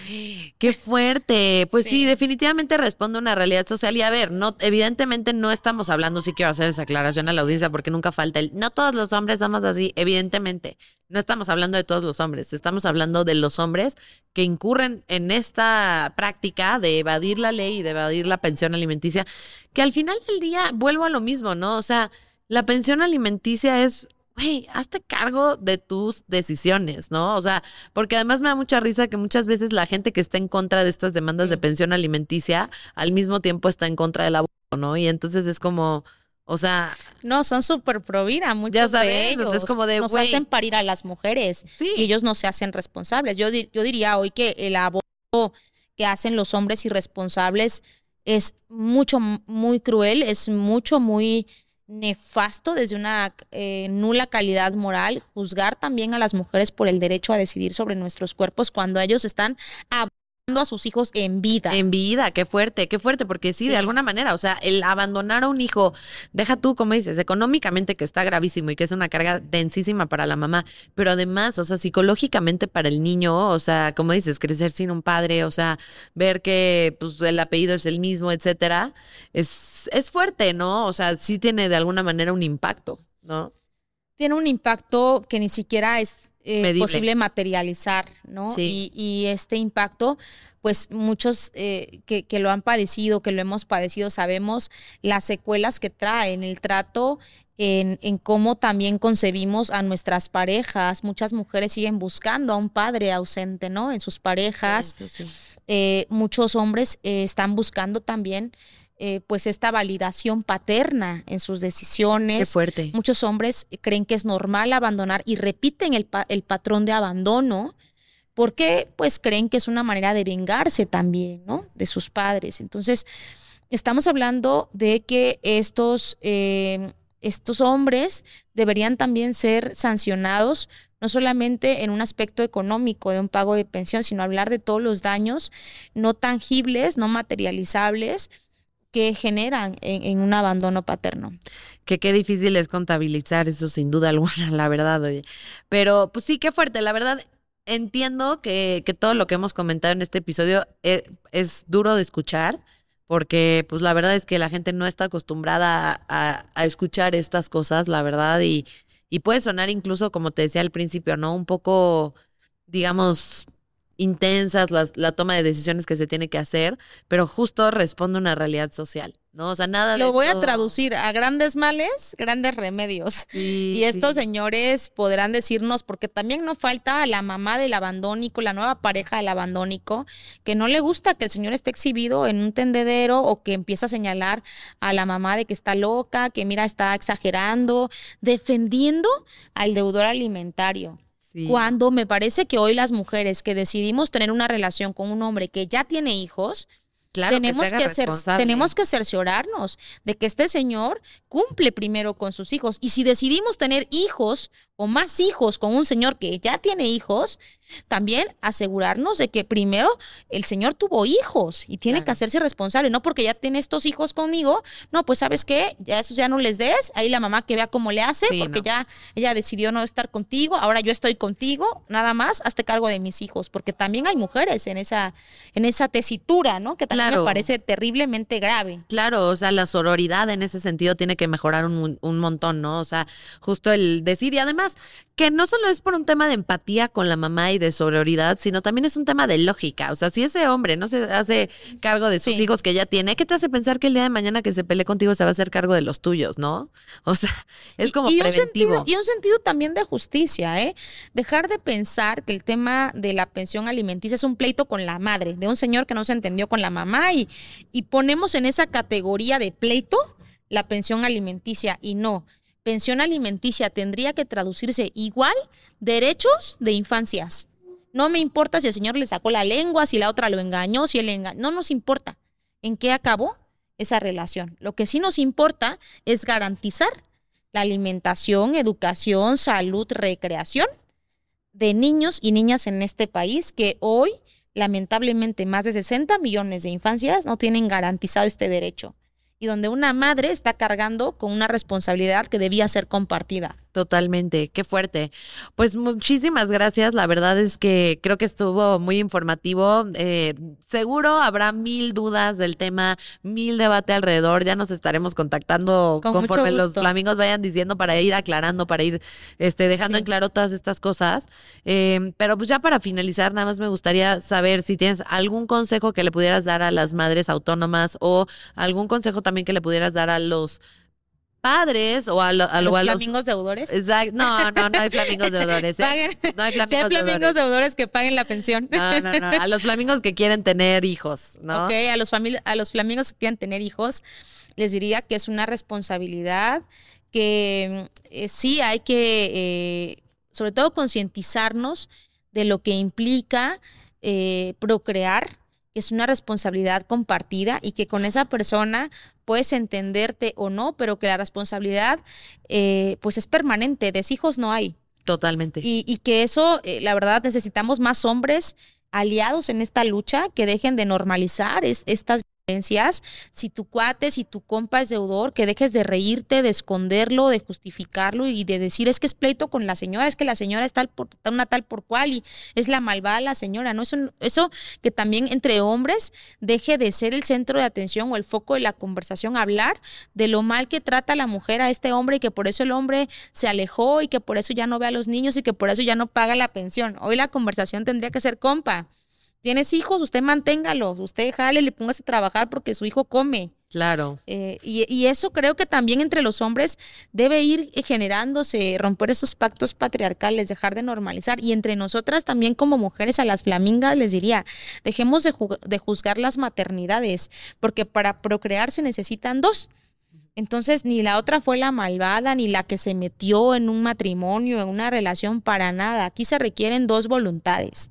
Qué fuerte. Pues sí. Sí. definitivamente responde a una realidad social. Y a ver, no, evidentemente no estamos hablando, sí quiero hacer esa aclaración a la audiencia porque nunca falta el, no todos los hombres somos así, evidentemente. No estamos hablando de todos los hombres, estamos hablando de los hombres que incurren en esta práctica de evadir la ley y de evadir la pensión alimenticia, que al final del día vuelvo a lo mismo, ¿no? O sea, la pensión alimenticia es... Güey, hazte cargo de tus decisiones, ¿no? O sea, porque además me da mucha risa que muchas veces la gente que está en contra de estas demandas Sí. de pensión alimenticia, al mismo tiempo está en contra del aborto, ¿no? Y entonces es como, o sea, No, son súper pro vida, muchos Ya sabes, de o sea, ellos. es como de, nos güey. hacen parir a las mujeres Sí. y ellos no se hacen responsables. Yo, di- yo diría hoy que el aborto que hacen los hombres irresponsables es mucho, muy cruel, es mucho, muy nefasto desde una eh, nula calidad moral, juzgar también a las mujeres por el derecho a decidir sobre nuestros cuerpos cuando ellos están abandonando a sus hijos en vida. En vida, qué fuerte, qué fuerte, porque sí, Sí. de alguna manera, o sea, el abandonar a un hijo, deja tú, como dices, económicamente que está gravísimo y que es una carga densísima para la mamá, pero además, o sea, psicológicamente para el niño, o sea, como dices, crecer sin un padre, o sea, ver que pues el apellido es el mismo, etcétera, es, es fuerte, ¿no? O sea, sí tiene de alguna manera un impacto, ¿no? Tiene un impacto que ni siquiera es eh, Medible. posible materializar, ¿no? Sí. Y, y este impacto, pues muchos eh, que, que lo han padecido, que lo hemos padecido, sabemos las secuelas que trae en el trato, en, en cómo también concebimos a nuestras parejas. Muchas mujeres siguen buscando a un padre ausente, ¿no? En sus parejas. Sí, sí, sí. Eh, muchos hombres eh, están buscando también eh, pues esta validación paterna en sus Qué decisiones. fuerte. Muchos hombres creen que es normal abandonar y repiten el, pa- el patrón de abandono porque pues creen que es una manera de vengarse también, ¿no? De sus padres. Entonces, estamos hablando de que estos, eh, estos hombres deberían también ser sancionados, no solamente en un aspecto económico de un pago de pensión, sino hablar de todos los daños no tangibles, no materializables que generan en, en un abandono paterno. Que qué difícil es contabilizar eso sin duda alguna, la verdad, oye. Pero pues sí, qué fuerte, la verdad. Entiendo que, que todo lo que hemos comentado en este episodio es, es duro de escuchar, porque pues la verdad es que la gente no está acostumbrada a, a- a escuchar estas cosas, la verdad, y, y puede sonar incluso, como te decía al principio, ¿no? Un poco, digamos, intensas las, la toma de decisiones que se tiene que hacer, pero justo responde a una realidad social, ¿no? O sea, nada de Lo voy a esto- traducir a grandes males, grandes remedios. Sí, Y estos sí. señores podrán decirnos, porque también no falta la mamá del abandónico, la nueva pareja del abandónico, que no le gusta que el señor esté exhibido en un tendedero o que empieza a señalar a la mamá de que está loca, que mira, está exagerando, defendiendo al deudor alimentario. Sí. Cuando me parece que hoy las mujeres que decidimos tener una relación con un hombre que ya tiene hijos, Claro, tenemos que, se haga que, cer- responsable. tenemos que cerciorarnos de que este señor cumple primero con sus hijos. Y si decidimos tener hijos o más hijos con un señor que ya tiene hijos, también asegurarnos de que primero el señor tuvo hijos y tiene Claro. que hacerse responsable, no porque ya tiene estos hijos conmigo, no, pues sabes qué, ya esos ya no les des, ahí la mamá que vea cómo le hace, Sí, porque no. ya ella decidió no estar contigo, ahora yo estoy contigo, nada más, hazte cargo de mis hijos, porque también hay mujeres en esa, en esa tesitura, ¿no? Que también Claro. me parece terriblemente grave. Claro, o sea, la sororidad en ese sentido tiene que mejorar un, un montón, ¿no? O sea, justo el decir, y además que no solo es por un tema de empatía con la mamá y de sororidad, sino también es un tema de lógica. O sea, si ese hombre no se hace cargo de sus Sí. hijos que ya tiene, ¿qué te hace pensar que el día de mañana que se pelee contigo se va a hacer cargo de los tuyos, no? O sea, es como y, y un preventivo. sentido, y un sentido también de justicia, ¿eh? Dejar de pensar que el tema de la pensión alimenticia es un pleito con la madre, de un señor que no se entendió con la mamá y, y ponemos en esa categoría de pleito la pensión alimenticia y no. Pensión alimenticia tendría que traducirse igual derechos de infancias. No me importa si el señor le sacó la lengua, si la otra lo engañó, si él le engañó. No nos importa en qué acabó esa relación. Lo que sí nos importa es garantizar la alimentación, educación, salud, recreación de niños y niñas en este país que hoy, lamentablemente, más de sesenta millones de infancias no tienen garantizado este derecho. Y donde una madre está cargando con una responsabilidad que debía ser compartida. Totalmente, qué fuerte. Pues muchísimas gracias, la verdad es que creo que estuvo muy informativo. Eh, seguro habrá mil dudas del tema, mil debate alrededor, ya nos estaremos contactando Con conforme mucho los gusto. flamingos vayan diciendo para ir aclarando, para ir este, dejando Sí. en claro todas estas cosas. Eh, pero pues ya para finalizar, nada más me gustaría saber si tienes algún consejo que le pudieras dar a las madres autónomas o algún consejo también que le pudieras dar a los padres o a, lo- a, ¿A lo- los a los flamingos deudores? Exacto. No, no, no hay flamingos deudores. ¿eh? Paguen. No hay Si hay flamingos flamingos deudores. deudores que paguen la pensión. No, no, no. A los flamingos que quieren tener hijos, ¿no? Ok, a los, famili- a los flamingos que quieran tener hijos, les diría que es una responsabilidad que eh, sí hay que, eh, sobre todo, concientizarnos de lo que implica eh, procrear, que es una responsabilidad compartida y que con esa persona puedes entenderte o no, pero que la responsabilidad eh, pues es permanente, deshijos no hay. Totalmente. Y, y que eso, eh, la verdad, necesitamos más hombres aliados en esta lucha que dejen de normalizar es, estas violencias. Si tu cuate, si tu compa es deudor, que dejes de reírte, de esconderlo, de justificarlo y de decir es que es pleito con la señora, es que la señora es tal por, una tal por cual y es la malvada la señora, ¿no? Eso, eso que también entre hombres deje de ser el centro de atención o el foco de la conversación, hablar de lo mal que trata la mujer a este hombre y que por eso el hombre se alejó y que por eso ya no ve a los niños y que por eso ya no paga la pensión. Hoy la conversación tendría que ser, compa, ¿tienes hijos? Usted manténgalos, usted jale, le póngase a trabajar porque su hijo come. Claro. Eh, y, y eso creo que también entre los hombres debe ir generándose, romper esos pactos patriarcales, dejar de normalizar. Y entre nosotras también como mujeres, a las flamingas les diría, dejemos de, ju- de juzgar las maternidades, porque para procrear se necesitan dos. Entonces, ni la otra fue la malvada, ni la que se metió en un matrimonio, en una relación, para nada. Aquí se requieren dos voluntades.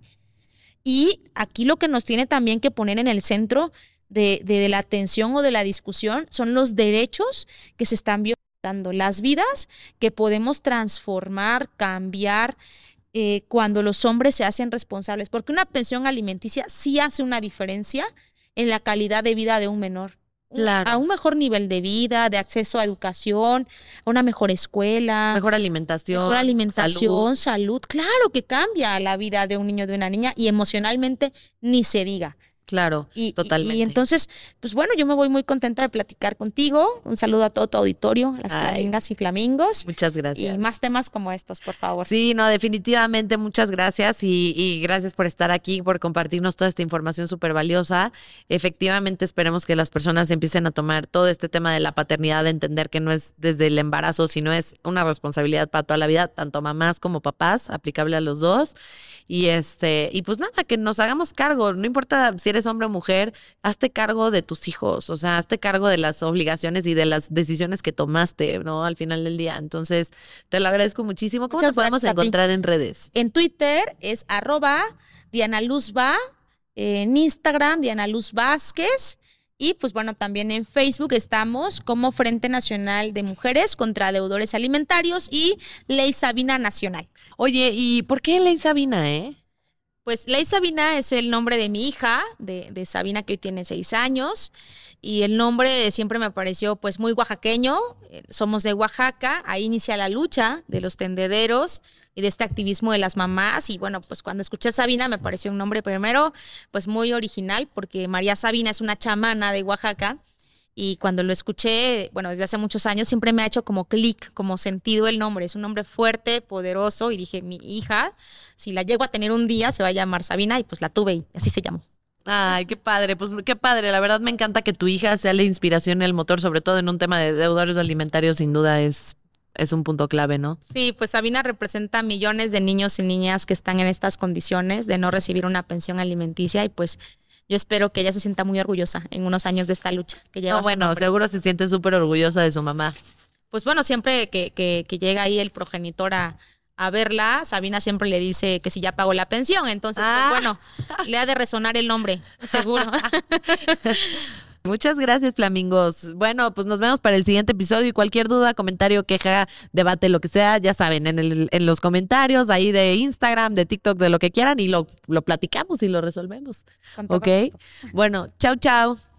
Y aquí lo que nos tiene también que poner en el centro de, de, de la atención o de la discusión son los derechos que se están violando, las vidas que podemos transformar, cambiar eh, cuando los hombres se hacen responsables. Porque una pensión alimenticia sí hace una diferencia en la calidad de vida de un menor. Claro. A un mejor nivel de vida, de acceso a educación, a una mejor escuela. Mejor alimentación. Mejor alimentación, salud. salud. Claro que cambia la vida de un niño, de una niña y emocionalmente ni se diga. Claro, y, totalmente. Y, y entonces, pues bueno, yo me voy muy contenta de platicar contigo. Un saludo a todo tu auditorio, a las Ay, flamingas y flamingos. Muchas gracias. Y más temas como estos, por favor. Sí, no, definitivamente muchas gracias y, y gracias por estar aquí, por compartirnos toda esta información súper valiosa. Efectivamente, esperemos que las personas empiecen a tomar todo este tema de la paternidad, de entender que no es desde el embarazo, sino es una responsabilidad para toda la vida, tanto mamás como papás, aplicable a los dos. Y este, y pues nada, que nos hagamos cargo, no importa si eres hombre o mujer, hazte cargo de tus hijos, o sea, hazte cargo de las obligaciones y de las decisiones que tomaste, ¿no? Al final del día. Entonces, te lo agradezco muchísimo. ¿Cómo Muchas te podemos gracias a ti. encontrar en redes? En Twitter es arroba Diana Luz Va, en Instagram Diana Luz Vázquez. Y pues bueno, también en Facebook estamos como Frente Nacional de Mujeres contra Deudores Alimentarios y Ley Sabina Nacional. Oye, ¿y por qué Ley Sabina, eh? Pues Ley Sabina es el nombre de mi hija, de, de Sabina, que hoy tiene seis años. Y el nombre siempre me pareció pues muy oaxaqueño. Somos de Oaxaca, ahí inicia la lucha de los tendederos y de este activismo de las mamás. Y bueno, pues cuando escuché Sabina me pareció un nombre primero pues muy original, porque María Sabina es una chamana de Oaxaca. Y cuando lo escuché, bueno, desde hace muchos años, siempre me ha hecho como clic, como sentido el nombre. Es un nombre fuerte, poderoso. Y dije, mi hija, si la llego a tener un día, se va a llamar Sabina. Y pues la tuve y así se llamó. Ay, qué padre, pues qué padre. La verdad me encanta que tu hija sea la inspiración, el motor, sobre todo en un tema de deudores alimentarios, sin duda es, es un punto clave, ¿no? Sí, pues Sabina representa millones de niños y niñas que están en estas condiciones de no recibir una pensión alimenticia y pues yo espero que ella se sienta muy orgullosa en unos años de esta lucha que lleva. No, bueno, seguro se siente súper orgullosa de su mamá. Pues bueno, siempre que, que, que llega ahí el progenitor a, a verla, Sabina siempre le dice que si ya pagó la pensión. Entonces, Ah. pues bueno, le ha de resonar el nombre, seguro. Muchas gracias, flamingos. Bueno, pues nos vemos para el siguiente episodio y cualquier duda, comentario, queja, debate, lo que sea, ya saben, en, el, en los comentarios ahí de Instagram, de TikTok, de lo que quieran y lo, lo platicamos y lo resolvemos. Con todo ¿Ok? gusto. Bueno, chau, chau.